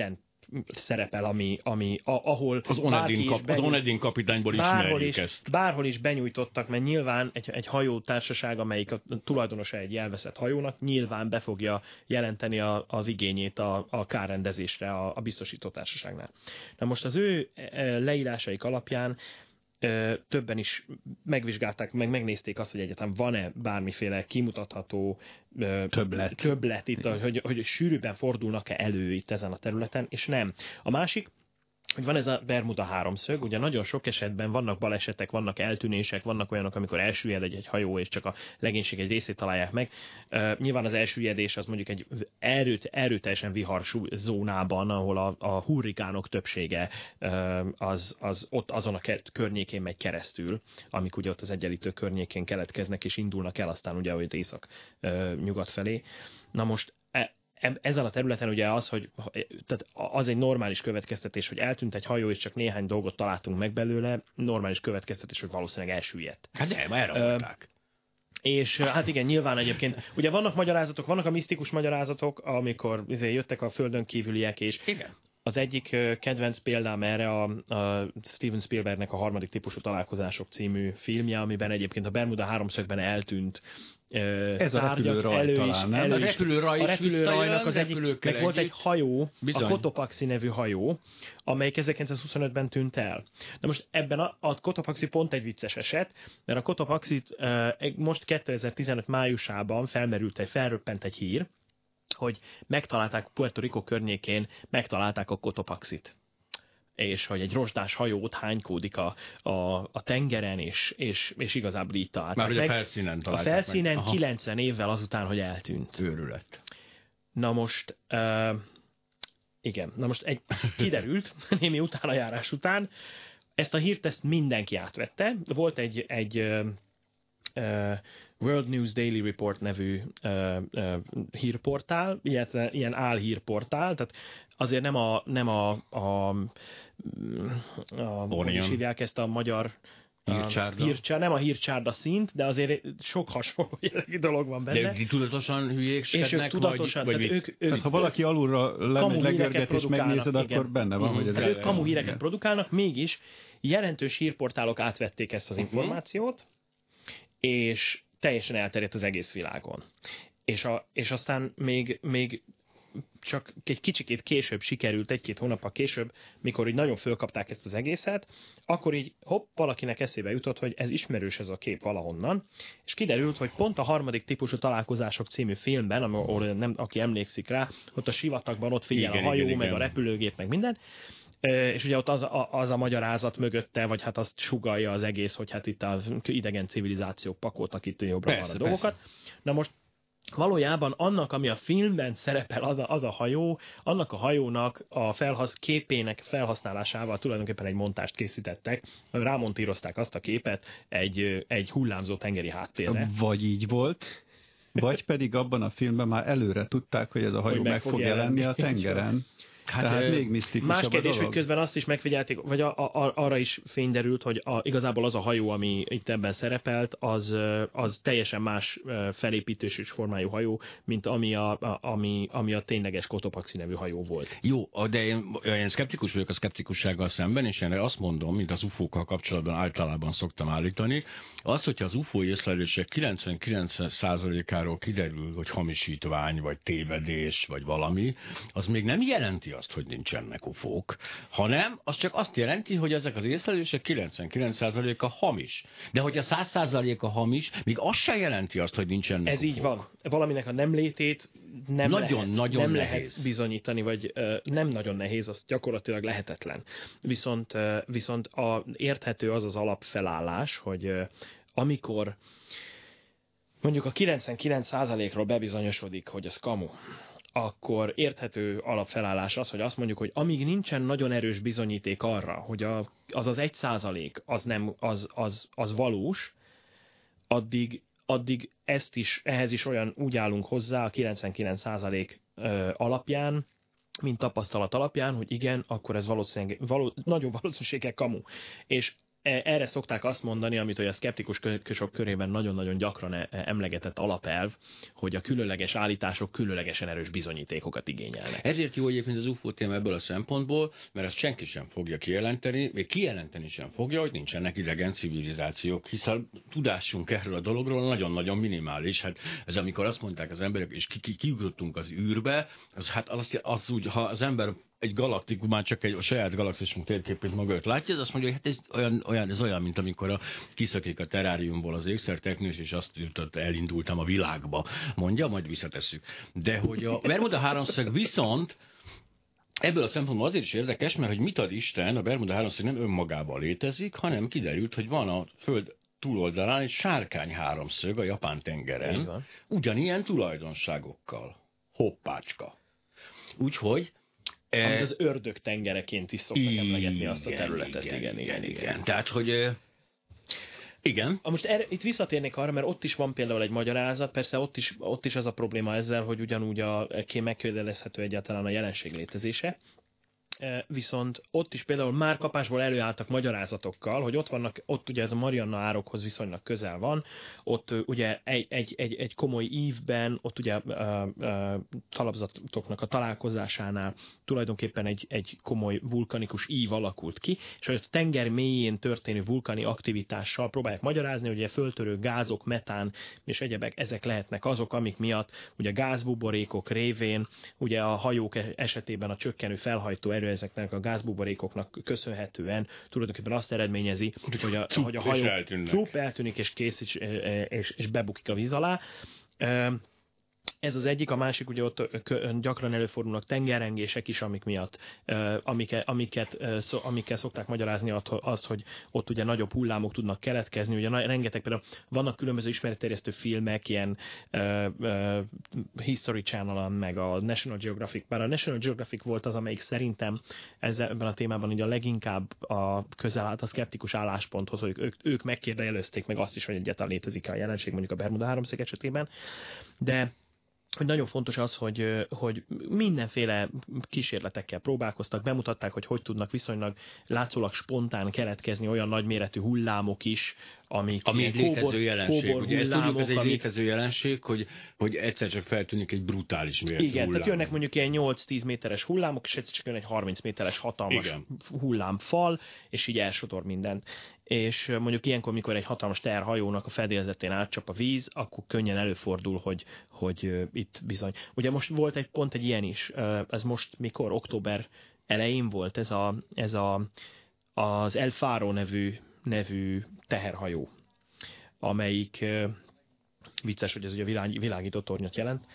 Speaker 4: szerepel, ahol
Speaker 3: az Onedin kapitányból ismerjük ezt.
Speaker 4: Bárhol is benyújtottak, mert nyilván egy hajótársaság, amelyik a tulajdonosa egy elveszett hajónak, nyilván be fogja jelenteni az igényét a kárrendezésre a biztosítótársaságnál. Na most az ő leírásaik alapján többen is megvizsgálták, megnézték azt, hogy egyáltalán van-e bármiféle kimutatható többlet itt, hogy sűrűbben fordulnak-e elő itt ezen a területen, és nem. A másik, hogy van ez a Bermuda háromszög, ugye nagyon sok esetben vannak balesetek, vannak eltűnések, vannak olyanok, amikor elsüllyed egy hajó, és csak a legénység egy részét találják meg. Nyilván az elsüllyedés az mondjuk egy erőteljesen viharsú zónában, ahol a hurrikánok többsége az ott azon a környékén megy keresztül, amik ugye ott az Egyenlítő környékén keletkeznek, és indulnak el aztán ugye olyan észak-nyugat felé. Na most ezen a területen ugye tehát az egy normális következtetés, hogy eltűnt egy hajó, és csak néhány dolgot találtunk meg belőle, normális következtetés, hogy valószínűleg elsüllyedt.
Speaker 3: Hát de, már erre volták.
Speaker 4: És hát igen, nyilván egyébként, ugye vannak magyarázatok, vannak a misztikus magyarázatok, amikor jöttek a földön kívüliek, és
Speaker 3: igen.
Speaker 4: Az egyik kedvenc példám erre a Steven Spielbergnek a Harmadik típusú találkozások című filmje, amiben egyébként a Bermuda háromszögben eltűnt
Speaker 5: ez a repülőraj talán, nem?
Speaker 3: A repülőrajnak
Speaker 4: az egyik, volt egy hajó, bizony. A Cotopaxi nevű hajó, amely 1925-ben tűnt el. Na most ebben a Cotopaxi pont egy vicces eset, mert a Cotopaxit most 2015 májusában felröppent egy hír, hogy megtalálták Puerto Rico környékén, megtalálták a Cotopaxit. És hogy egy rozsdás hajót hánykódik a tengeren, és igazából így találták
Speaker 3: már
Speaker 4: meg.
Speaker 3: Már a felszínen találták
Speaker 4: meg. A felszínen 90 évvel azután, hogy eltűnt.
Speaker 3: Őrület.
Speaker 4: Na most, igen, kiderült, némi utánajárás után, ezt a hírt mindenki átvette. Volt egy World News Daily Report nevű hírportál, ilyen álhírportál, tehát azért nem hogy is hívják ezt a magyar nem a hírcsárda szint, de azért sok hasonló jellegű dolog van benne.
Speaker 3: De tudatosan hülyékskednek?
Speaker 4: És ők tudatosan,
Speaker 5: ők ha valaki alulra legörget és megnézed, akkor benne van, hogy ez
Speaker 4: ők kamu híreket produkálnak, mégis jelentős hírportálok átvették ezt az információt, és teljesen elterjedt az egész világon. És aztán még csak egy kicsikét később sikerült, egy-két hónappal később, mikor így nagyon fölkapták ezt az egészet, akkor így valakinek eszébe jutott, hogy ez ismerős ez a kép valahonnan, és kiderült, hogy pont a Harmadik típusú találkozások című filmben, ahol aki emlékszik rá, ott a sivatagban ott figyel a hajó, meg a repülőgép, meg minden, és ugye ott az a magyarázat mögötte, vagy hát azt sugallja az egész, hogy hát itt az idegen civilizációk pakoltak itt jobbra a dolgokat. Na most valójában annak, ami a filmben szerepel, az a hajó, annak a hajónak a képének felhasználásával tulajdonképpen egy montást készítettek, rámontírozták azt a képet egy hullámzó tengeri háttérre.
Speaker 5: Vagy így volt, vagy pedig abban a filmben már előre tudták, hogy ez a hajó meg fog jelenni a tengeren. Tehát még misztikusabb
Speaker 4: más kérdés, hogy közben azt is megfigyelték, vagy arra is fényderült, hogy igazából az a hajó, ami itt ebben szerepelt, az teljesen más felépítős és formájú hajó, mint ami a tényleges Cotopaxi nevű hajó volt.
Speaker 3: Jó, de én szkeptikus vagyok a szkeptikussággal szemben, és én azt mondom, mint az UFO-kkal kapcsolatban általában szoktam állítani, az, hogyha az UFO észlelések 99%-áról kiderül, hogy hamisítvány, vagy tévedés, vagy valami, az még nem jelenti azt, hogy nincsenek ufók, hanem az csak azt jelenti, hogy ezek az észlelések 99%-a hamis. De hogyha 100%-a hamis, még az sem jelenti azt, hogy nincsenek
Speaker 4: ez
Speaker 3: ufók.
Speaker 4: Így van. Valaminek a nem létét nem lehet bizonyítani, vagy nem nagyon nehéz, az gyakorlatilag lehetetlen. Viszont érthető az az alapfelállás, hogy amikor mondjuk a 99%-ról bebizonyosodik, hogy ez kamu, akkor érthető alapfelállás az, hogy azt mondjuk, hogy amíg nincsen nagyon erős bizonyíték arra, hogy az 1% az valós, addig ehhez is úgy állunk hozzá a 99% alapján, mint tapasztalat alapján, hogy igen, akkor ez valószínűleg nagyon valószínűséggel kamu. És erre szokták azt mondani, amit a szkeptikusok körében nagyon-nagyon gyakran emlegetett alapelv, hogy a különleges állítások különlegesen erős bizonyítékokat igényelnek.
Speaker 3: Ezért jó egyébként az UFO téma ebből a szempontból, mert ezt senki sem fogja kijelenteni, még kijelenteni sem fogja, hogy nincsenek idegen civilizációk, hiszen tudásunk erről a dologról nagyon-nagyon minimális. Hát ez amikor azt mondták az emberek, és kiugrottunk az űrbe, az úgy, ha az ember egy galaktikus, már csak a saját galaxisunk térképét maga előtt látja, az azt mondja, hogy hát ez olyan, mint amikor kiszakik a teráriumból az ékszerteknős, és azt jutott, elindultam a világba, mondja, majd visszatesszük. De hogy a Bermuda háromszög viszont ebből a szempontból azért is érdekes, mert hogy mit ad Isten, a Bermuda háromszög nem önmagában létezik, hanem kiderült, hogy van a Föld túloldalán egy sárkány háromszög a Japán-tengeren, ugyanilyen tulajdonságokkal. Hoppácska. Úgyhogy
Speaker 4: amit az ördög tengereként is szoktak emlegetni azt a területet.
Speaker 3: Igen. Tehát, hogy igen.
Speaker 4: Most itt visszatérnék arra, mert ott is van például egy magyarázat, persze ott is az a probléma ezzel, hogy ugyanúgy megkérdezhető egyáltalán a jelenség létezése. Viszont ott is például már kapásból előálltak magyarázatokkal, hogy ott ugye ez a Marianna árokhoz viszonylag közel van, ott ugye egy komoly ívben, ott ugye talapzatoknak a találkozásánál tulajdonképpen egy komoly vulkanikus ív alakult ki, és hogy a tenger mélyén történő vulkani aktivitással próbálják magyarázni, hogy a föltörő gázok, metán és egyebek, ezek lehetnek azok, amik miatt ugye gázbuborékok révén, ugye a hajók esetében a csökkenő felhajtó erő ezeknek a gázbuborékoknak köszönhetően tulajdonképpen azt eredményezi, hogy a hajó eltűnik és kész, és bebukik a víz alá. Ez az egyik, a másik, ugye ott gyakran előfordulnak tengerrengések is, amik miatt, amikkel szokták magyarázni azt, hogy ott ugye nagyobb hullámok tudnak keletkezni. Ugye rengeteg például vannak különböző ismeretterjesztő filmek, ilyen History Channel-on, meg a National Geographic, bár a National Geographic volt az, amelyik szerintem ebben a témában ugye a leginkább közel állt a szkeptikus állásponthoz, hogy ők megkérdőjelezték meg azt is, hogy egyáltalán létezik a jelenség mondjuk a Bermuda háromszög esetében, de hogy nagyon fontos az, hogy mindenféle kísérletekkel próbálkoztak, bemutatták, hogy tudnak viszonylag látszólag spontán keletkezni olyan nagyméretű hullámok is, ami
Speaker 3: egy létező jelenség. Ugye ezt tudjuk, ez egy létező jelenség, hogy egyszer csak feltűnik egy brutális méretű
Speaker 4: hullám.
Speaker 3: Igen,
Speaker 4: tehát jönnek mondjuk ilyen 8-10 méteres hullámok, és egyszer csak jön egy 30 méteres hatalmas hullámfal, és így elsodor mindent. És mondjuk ilyenkor, mikor egy hatalmas teherhajónak a fedélzetén átcsap a víz, akkor könnyen előfordul, hogy itt bizony. Ugye most volt egy ilyen is, ez most mikor? Október elején volt az El Faro nevű teherhajó, amelyik vicces, hogy ez ugye a világító tornyot jelent.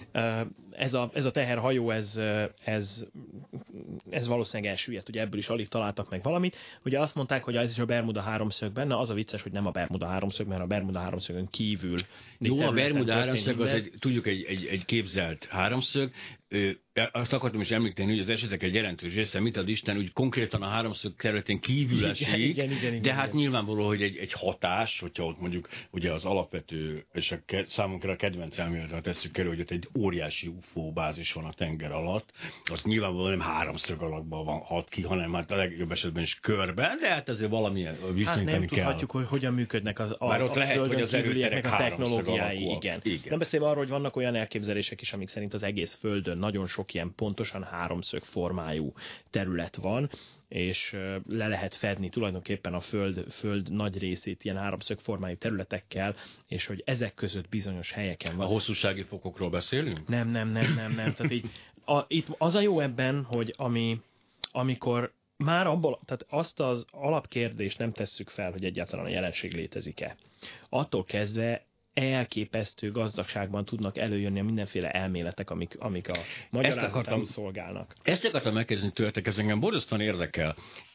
Speaker 4: Ez a teherhajó, ez valószínűleg elsüllyedt, ugye ebből is alig találtak meg valamit. Ugye azt mondták, hogy ez is a Bermuda háromszögben, na az a vicces, hogy nem a Bermuda háromszög, mert a Bermuda háromszögön kívül.
Speaker 3: Jó, a Bermuda háromszög az tudjuk egy képzelt háromszög. Azt akartam is említeni, hogy az esetek egy jelentős része, mit ad Isten, úgy konkrétan a háromszög területén kívül esik,
Speaker 4: igen,
Speaker 3: hát nyilvánvaló, hogy egy hatás, hogyha ott mondjuk ugye az alapvető, és számunkra a kedvenc elméletet tesszük elő, hogy ott egy óriási UFO bázis van a tenger alatt, azt nyilvánvalóan nem háromszög alakban hat ki, hanem hát a legjobb esetben is körben, de hát azért valamilyen viszonyítani kell.
Speaker 4: Nem tudhatjuk, hogy hogyan működnek a
Speaker 3: lehet, hogy az erőterek
Speaker 4: a technológiái.
Speaker 3: Igen.
Speaker 4: Nem beszélve arról, hogy vannak olyan elképzelések is, amik szerint az egész Földön nagyon sok ilyen pontosan háromszög formájú terület van, és le lehet fedni tulajdonképpen a föld nagy részét ilyen háromszög formájú területekkel, és hogy ezek között bizonyos helyeken van.
Speaker 3: A hosszúsági fokokról beszélünk?
Speaker 4: Nem. Tehát itt az a jó ebben, hogy amikor már abból, tehát azt az alapkérdést nem tesszük fel, hogy egyáltalán a jelenség létezik-e. Attól kezdve elképesztő gazdagságban tudnak előjönni a mindenféle elméletek, amik a magyarázatául szolgálnak.
Speaker 3: Ezt akartam megkérdezni tőletek, ez engem borzasztóan érdekel.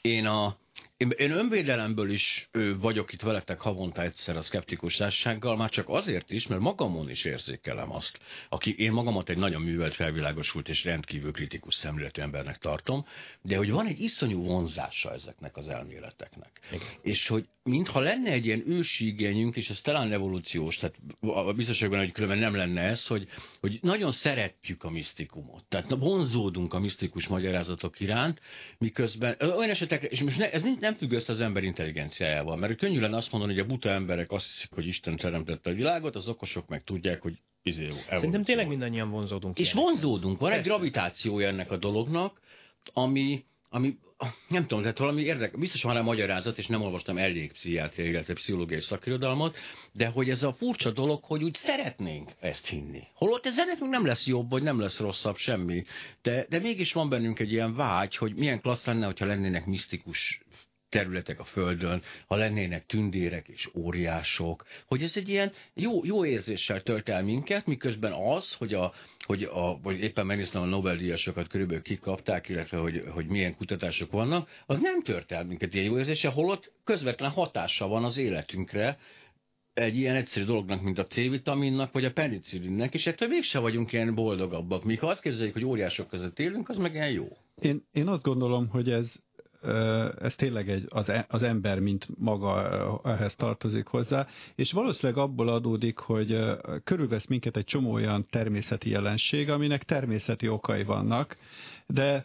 Speaker 3: Én önvédelemből is vagyok itt veletek havonta egyszer a szkeptikus társasággal, már csak azért is, mert magamon is érzékelem azt. Én magamat egy nagyon művelt, felvilágosult és rendkívül kritikus szemléletű embernek tartom, de hogy van egy iszonyú vonzása ezeknek az elméleteknek. Igen. És hogy mintha lenne egy ilyen ősi igényünk, és ez talán evolúciós, tehát biztos vagyok benne, hogy különben nem lenne ez, hogy nagyon szeretjük a misztikumot. Tehát vonzódunk a misztikus magyarázatok iránt, miközben olyan esetekre, és most ez nem függ össze az ember intelligenciájával, mert könnyű lenne azt mondani, hogy a buta emberek azt hiszik, hogy Isten teremtette a világot, az okosok meg tudják, hogy
Speaker 4: Szerintem tényleg mindannyian vonzódunk.
Speaker 3: És vonzódunk, van egy gravitációja ennek a dolognak, ami nem tudom, tehát valami érdekes, biztosan van rá magyarázat, és nem olvastam elég pszichiátriai, illetve pszichológiai szakirodalmat, de hogy ez a furcsa dolog, hogy úgy szeretnénk ezt hinni. Holott ez nekünk nem lesz jobb, vagy nem lesz rosszabb semmi, de mégis van bennünk egy ilyen vágy, hogy milyen klassz lenne, hogyha lennének misztikus területek a Földön, ha lennének tündérek és óriások, hogy ez egy ilyen jó érzéssel tölt el minket, miközben az, hogy éppen megnéztem a Nobel-díjasokat, körülbelül kikapták, illetve hogy milyen kutatások vannak, az nem tört el minket ilyen jó érzéssel, holott közvetlen hatása van az életünkre, egy ilyen egyszerű dolognak, mint a C-vitaminnak, vagy a penicillinnek, és ettől mégsem vagyunk ilyen boldogabbak. Míg ha azt képzeljük, hogy óriások között élünk, az meg ilyen jó.
Speaker 5: Én azt gondolom, hogy ez tényleg az ember, mint maga ehhez tartozik hozzá, és valószínűleg abból adódik, hogy körülvesz minket egy csomó olyan természeti jelenség, aminek természeti okai vannak, de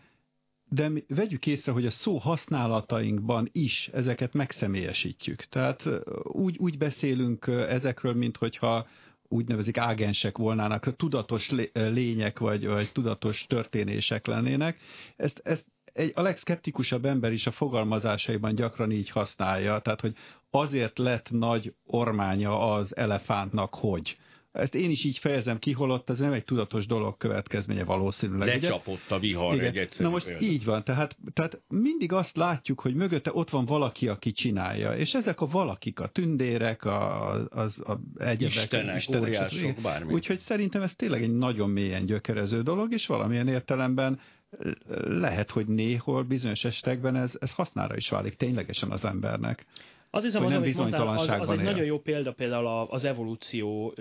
Speaker 5: vegyük észre, hogy a szó használatainkban is ezeket megszemélyesítjük. Tehát úgy beszélünk ezekről, mint hogyha úgy nevezik ágensek volnának, tudatos lények, vagy tudatos történések lennének. Ezt a legszkeptikusabb ember is a fogalmazásaiban gyakran így használja, tehát hogy azért lett nagy ormánya az elefántnak, hogy. Ezt én is így fejezem ki, holott ez nem egy tudatos dolog következménye valószínűleg.
Speaker 3: Lecsapott a vihar.
Speaker 5: Igen.
Speaker 3: Egy egyszerű
Speaker 5: Na most
Speaker 3: példa.
Speaker 5: így van, tehát mindig azt látjuk, hogy mögötte ott van valaki, aki csinálja, és ezek a valakik, a tündérek, az egyebek,
Speaker 3: Istenek, óriások, bármi.
Speaker 5: Úgyhogy szerintem ez tényleg egy nagyon mélyen gyökerező dolog, és valamilyen értelemben lehet, hogy néhol bizonyos esetekben ez hasznára is válik ténylegesen az embernek.
Speaker 4: Az hiszem, hogy amit mondtál, az egy
Speaker 5: él.
Speaker 4: nagyon jó példa például az evolúció,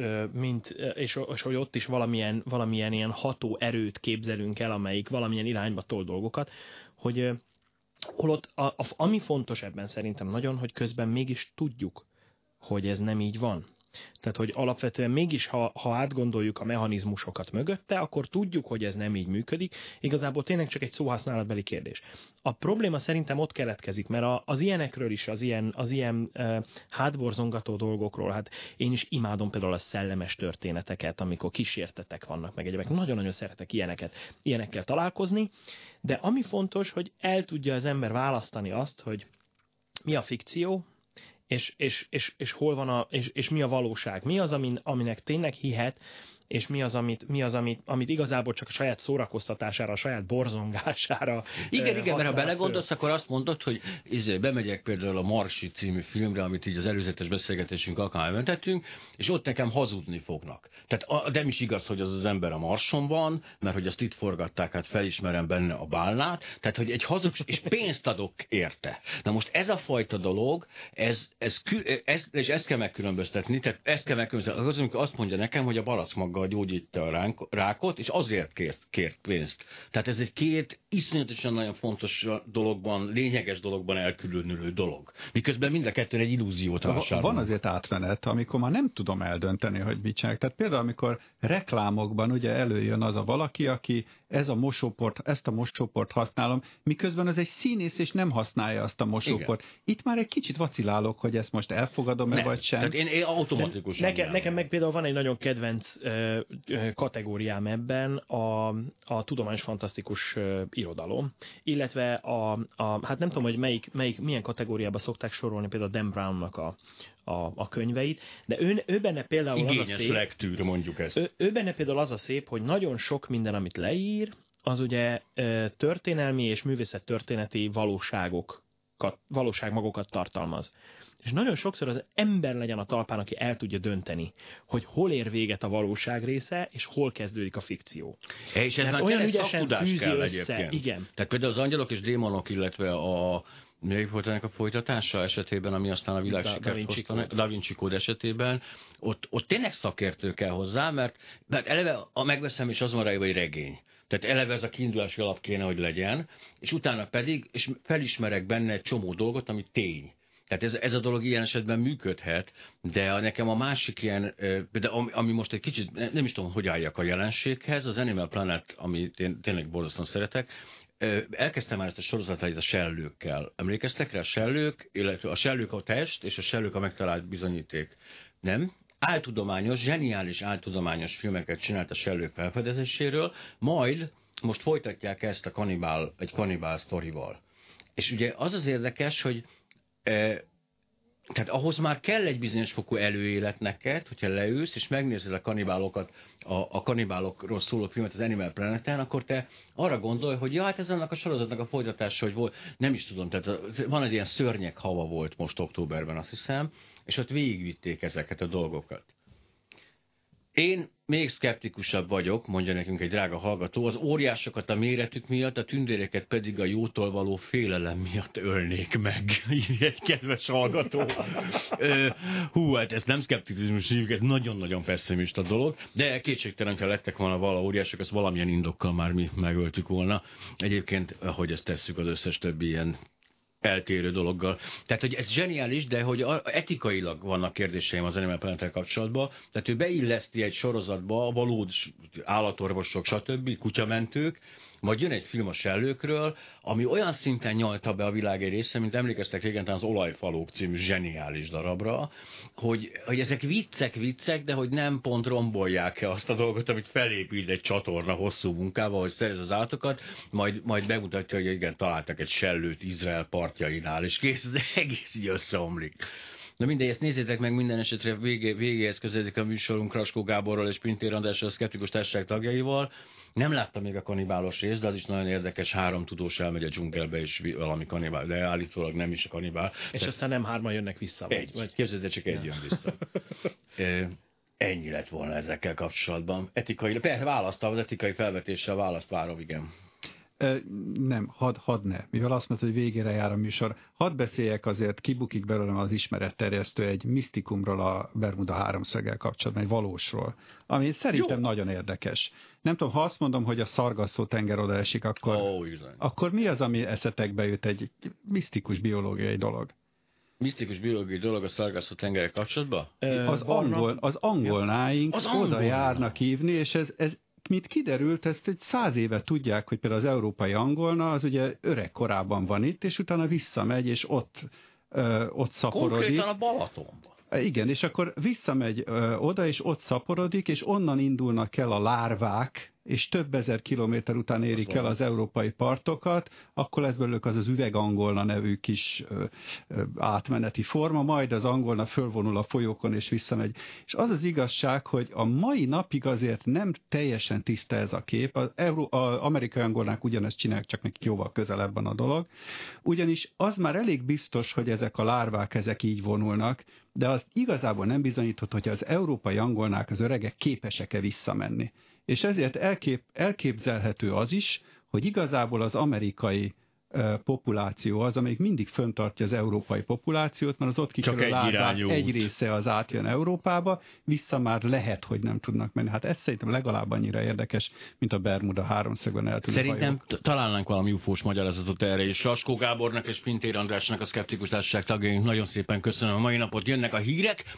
Speaker 4: és hogy ott is valamilyen ilyen ható erőt képzelünk el, amelyik valamilyen irányba tol dolgokat, hogy holott ami fontos ebben szerintem nagyon, hogy közben mégis tudjuk, hogy ez nem így van. Tehát, hogy alapvetően mégis, ha átgondoljuk a mechanizmusokat mögötte, akkor tudjuk, hogy ez nem így működik. Igazából tényleg csak egy szóhasználatbeli kérdés. A probléma szerintem ott keletkezik, mert az ilyenekről is, az ilyen hátborzongató dolgokról, hát én is imádom például a szellemes történeteket, amikor kísértetek vannak, meg egyébként nagyon-nagyon szeretek ilyenekkel találkozni, de ami fontos, hogy el tudja az ember választani azt, hogy mi a fikció, és hol van és mi a valóság, mi az, aminek tényleg hihet, és mi az, amit igazából csak a saját szórakoztatására, a saját borzongására
Speaker 3: Igen, mert ha belegondolsz, akkor azt mondod, hogy bemegyek például a Marsi című filmre, amit így az előzetes beszélgetésünk alkalmával tettünk, és ott nekem hazudni fognak. Tehát nem is igaz, hogy az ember a Marson van, mert hogy azt itt forgatták, hát felismerem benne a bálnát, tehát hogy egy hazug, és pénzt adok érte. Na most ez a fajta dolog, és ezt kell megkülönböztetni, tehát ezt kell megkülönböztetni. Az, amikor azt mondja nekem, hogy a balackmaggal gyógyítja a rákot, és azért kért pénzt. Tehát ez egy két iszonyatosan nagyon fontos dologban, lényeges dologban elkülönülő dolog. Miközben mind a kettőn egy illúziót vásárolnak.
Speaker 5: Van azért átmenet, amikor már nem tudom eldönteni, hogy mit csinálják. Tehát például, amikor reklámokban ugye előjön az a valaki, aki ezt a mosóport használom, miközben ez egy színész, és nem használja azt a mosóport. Igen. Itt már egy kicsit vacilálok, hogy ezt most elfogadom-e, vagy sem.
Speaker 3: Tehát én automatikusan
Speaker 4: nekem meg például van egy nagyon kedvenc kategóriám ebben, a tudományos fantasztikus irodalom, illetve hát nem tudom, hogy milyen kategóriába szokták sorolni például Dan Brownnak a könyveit, de ő benne például
Speaker 3: igényes
Speaker 4: az a szép...
Speaker 3: lektűr, mondjuk ezt.
Speaker 4: Ő benne például az a szép, hogy nagyon sok minden, amit leír, az ugye történelmi és művészettörténeti valóságmagokat tartalmaz. És nagyon sokszor az ember legyen a talpán, aki el tudja dönteni, hogy hol ér véget a valóság része, és hol kezdődik a fikció.
Speaker 3: És ez már olyan ügyesen fűzi
Speaker 4: össze.
Speaker 3: Egyébként.
Speaker 4: Igen.
Speaker 3: Tehát például az Angyalok és Démonok, illetve mi volt ennek a folytatása esetében, ami aztán a világsikert hozta, Da Vinci Kód esetében, ott tényleg szakértő kell hozzá, mert eleve megveszem, és az van rá, hogy regény. Tehát eleve ez a kiindulási alap kéne, hogy legyen, és utána pedig, és felismerek benne egy csomó dolgot, ami tény. Tehát ez a dolog ilyen esetben működhet, de nekem a másik ilyen, de ami most egy kicsit, nem is tudom, hogy álljak a jelenséghez, az Animal Planet, amit én tényleg borzasztóan szeretek, elkezdtem már ezt a sorozatot a sellőkkel. Emlékeztek rá? A sellők, illetve a sellők a test, és a sellők a megtalált bizonyíték. Nem? Áltudományos, zseniális áltudományos filmeket csinált a sellők felfedezéséről, majd most folytatják ezt egy kanibál sztorival. És ugye az az érdekes, hogy tehát ahhoz már kell egy bizonyos fokú előélet neked, hogyha leülsz, és megnézed a kanibálokat, a kanibálokról szóló filmet az Animal Planeten, akkor te arra gondolj, hogy ja, hát ez annak a sorozatnak a folytatása, hogy volt, nem is tudom, tehát van egy ilyen szörnyek hava volt most októberben, azt hiszem, és ott végigvitték ezeket a dolgokat. Én még szkeptikusabb vagyok, mondja nekünk egy drága hallgató, az óriásokat a méretük miatt, a tündéreket pedig a jótól való félelem miatt ölnék meg. Így egy kedves hallgató. Hát ez nem szkeptizmus, ez nagyon-nagyon pessimista dolog, de kétségtelen, ha lettek volna vala óriások, azt valamilyen indokkal már mi megöltük volna. Egyébként, ahogy ezt tesszük az összes többi ilyen eltérő dologgal. Tehát, hogy ez zseniális, de hogy etikailag vannak kérdéseim az Animal Planet-tel kapcsolatban. Tehát ő beilleszti egy sorozatba a valós állatorvosok, stb., kutyamentők, majd jön egy film a sellőkről, ami olyan szinten nyalta be a világ egy része, mint emlékeztek régen az Olajfalók című zseniális darabra, hogy ezek viccek, de hogy nem pont rombolják-e azt a dolgot, amit felépít egy csatorna hosszú munkával, hogy szerez az állatokat, majd bemutatja, hogy igen, találtak egy sellőt Izrael partjainál, és kész, az egész így összeomlik. Na mindegy, ezt nézzétek meg, minden esetre végéhez közeledik a műsorunk Raskó Gáborral és Pintér Andrással, a Szkeptikus Társaság tagjaival. Nem láttam még a kanibálos részt, de az is nagyon érdekes, 3 tudós elmegy a dzsungelbe, és valami kanibál, de állítólag nem is a kanibál.
Speaker 4: És aztán nem 3 jönnek vissza.
Speaker 3: Képzeld, de csak egy jön vissza. Ennyi lett volna ezekkel kapcsolatban. Persze választam, az etikai felvetéssel választ várom, igen.
Speaker 5: Nem, hadd ne. Mivel azt mondta, hogy végére jár a műsor, hadd beszéljek azért, kibukik belőlem az ismeretterjesztő egy misztikumról a Bermuda háromszöggel kapcsolatban, egy valósról, ami szerintem nagyon érdekes. Nem tudom, ha azt mondom, hogy a Szargasszó tenger oda esik, akkor mi az, ami eszetekbe jut egy misztikus biológiai dolog?
Speaker 3: Misztikus biológiai dolog a Szargasszó tengerrel kapcsolatban?
Speaker 5: Az angolnáink oda járnak hívni, és ez mint kiderült, ezt egy 100 éve tudják, hogy például az európai angolna, az ugye öreg korában van itt, és utána visszamegy, és ott szaporodik.
Speaker 3: Konkrétan a Balatonban.
Speaker 5: Igen, és akkor visszamegy oda, és ott szaporodik, és onnan indulnak el a lárvák, és több ezer kilométer után érik el az európai partokat, akkor lesz belőlük az üvegangolna nevű kis átmeneti forma, majd az angolna fölvonul a folyókon és visszamegy. És az az igazság, hogy a mai napig azért nem teljesen tiszta ez a kép. Az amerikai angolnák ugyanezt csinálják, csak még jóval közelebb van a dolog. Ugyanis az már elég biztos, hogy ezek a lárvák ezek így vonulnak, de az igazából nem bizonyított, hogy az európai angolnák, az öregek képesek-e visszamenni. És ezért elképzelhető az is, hogy igazából az amerikai populáció az, amelyik mindig föntartja az európai populációt, mert az ott kikerül lárvák egy része az átjön Európába, vissza már lehet, hogy nem tudnak menni. Hát ez szerintem legalább annyira érdekes, mint a Bermuda háromszögön eltűnő
Speaker 3: Szerintem találnánk valami ufós magyarázatot erre is. Raskó Gábornak és Pintér Andrásnak, a Szkeptikus Társaság tagjainak nagyon szépen köszönöm a mai napot. Jönnek a hírek,